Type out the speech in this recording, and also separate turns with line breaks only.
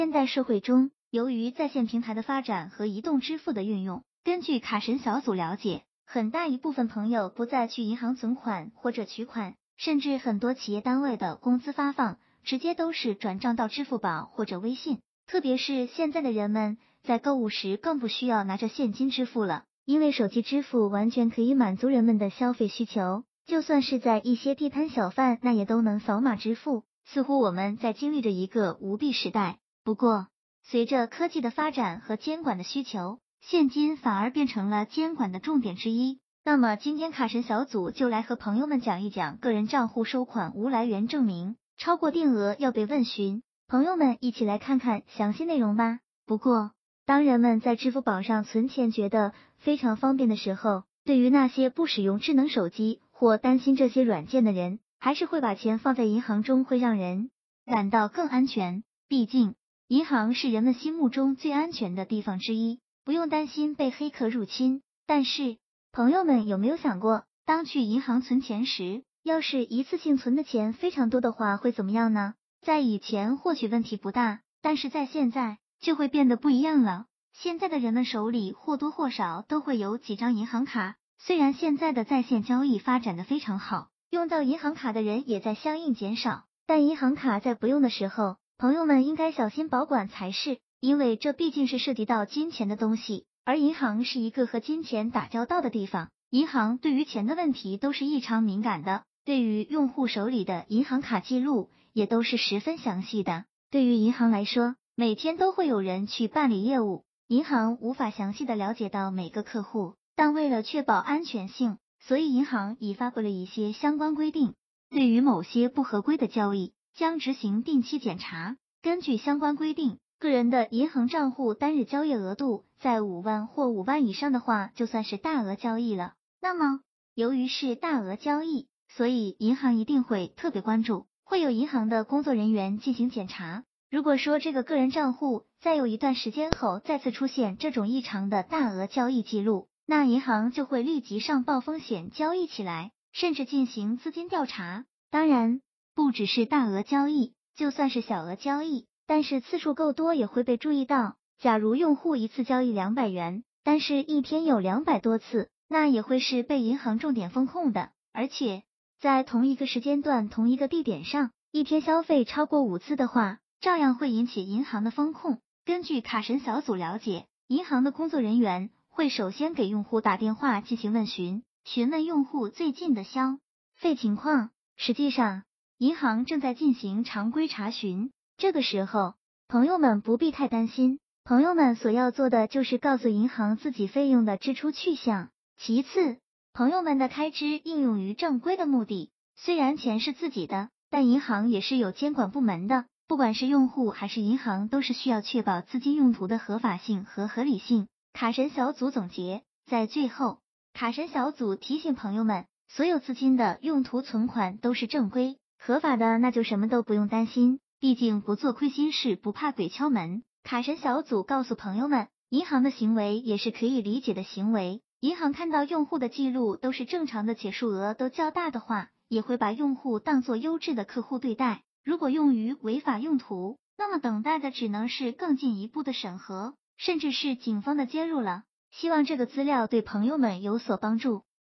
现代社会中，由于在线平台的发展和移动支付的运用，根据卡神小组了解，很大一部分朋友不再去银行存款或者取款，甚至很多企业单位的工资发放，直接都是转账到支付宝或者微信。特别是现在的人们在购物时更不需要拿着现金支付了，因为手机支付完全可以满足人们的消费需求，就算是在一些地摊小贩，那也都能扫码支付。似乎我们在经历着一个无币时代。不过，随着科技的发展和监管的需求，现金反而变成了监管的重点之一。那么今天卡神小组就来和朋友们讲一讲个人账户收款无来源证明，超过定额要被问询。朋友们一起来看看详细内容吧。不过，当人们在支付宝上存钱觉得非常方便的时候，对于那些不使用智能手机或担心这些软件的人，还是会把钱放在银行中，会让人感到更安全。毕竟，银行是人们心目中最安全的地方之一，不用担心被黑客入侵。但是，朋友们有没有想过，当去银行存钱时，要是一次性存的钱非常多的话，会怎么样呢？在以前或许问题不大，但是在现在就会变得不一样了。现在的人们手里或多或少都会有几张银行卡，虽然现在的在线交易发展的非常好，用到银行卡的人也在相应减少，但银行卡在不用的时候，朋友们应该小心保管才是，因为这毕竟是涉及到金钱的东西，而银行是一个和金钱打交道的地方，银行对于钱的问题都是异常敏感的，对于用户手里的银行卡记录也都是十分详细的。对于银行来说，每天都会有人去办理业务，银行无法详细的了解到每个客户，但为了确保安全性，所以银行已发布了一些相关规定，对于某些不合规的交易，将执行定期检查。根据相关规定，个人的银行账户单日交易额度在5万或5万以上的话，就算是大额交易了。那么，由于是大额交易，所以银行一定会特别关注，会有银行的工作人员进行检查。如果说这个个人账户在有一段时间后再次出现这种异常的大额交易记录，那银行就会立即上报风险交易起来，甚至进行资金调查。当然，不只是大额交易，就算是小额交易，但是次数够多也会被注意到。假如用户一次交易200元，但是一天有200多次，那也会是被银行重点风控的。而且，在同一个时间段、同一个地点上，一天消费超过5次的话，照样会引起银行的风控。根据卡神小组了解，银行的工作人员会首先给用户打电话进行问询，询问用户最近的消费情况。实际上，银行正在进行常规查询，这个时候，朋友们不必太担心，朋友们所要做的就是告诉银行自己费用的支出去向。其次，朋友们的开支应用于正规的目的，虽然钱是自己的，但银行也是有监管部门的，不管是用户还是银行，都是需要确保资金用途的合法性和合理性。卡神小组总结，在最后，卡神小组提醒朋友们，所有资金的用途存款都是正规合法的，那就什么都不用担心，毕竟不做亏心事，不怕鬼敲门。卡神小组告诉朋友们，银行的行为也是可以理解的行为，银行看到用户的记录都是正常的且数额都较大的话，也会把用户当作优质的客户对待。如果用于违法用途，那么等待的只能是更进一步的审核，甚至是警方的介入了。希望这个资料对朋友们有所帮助。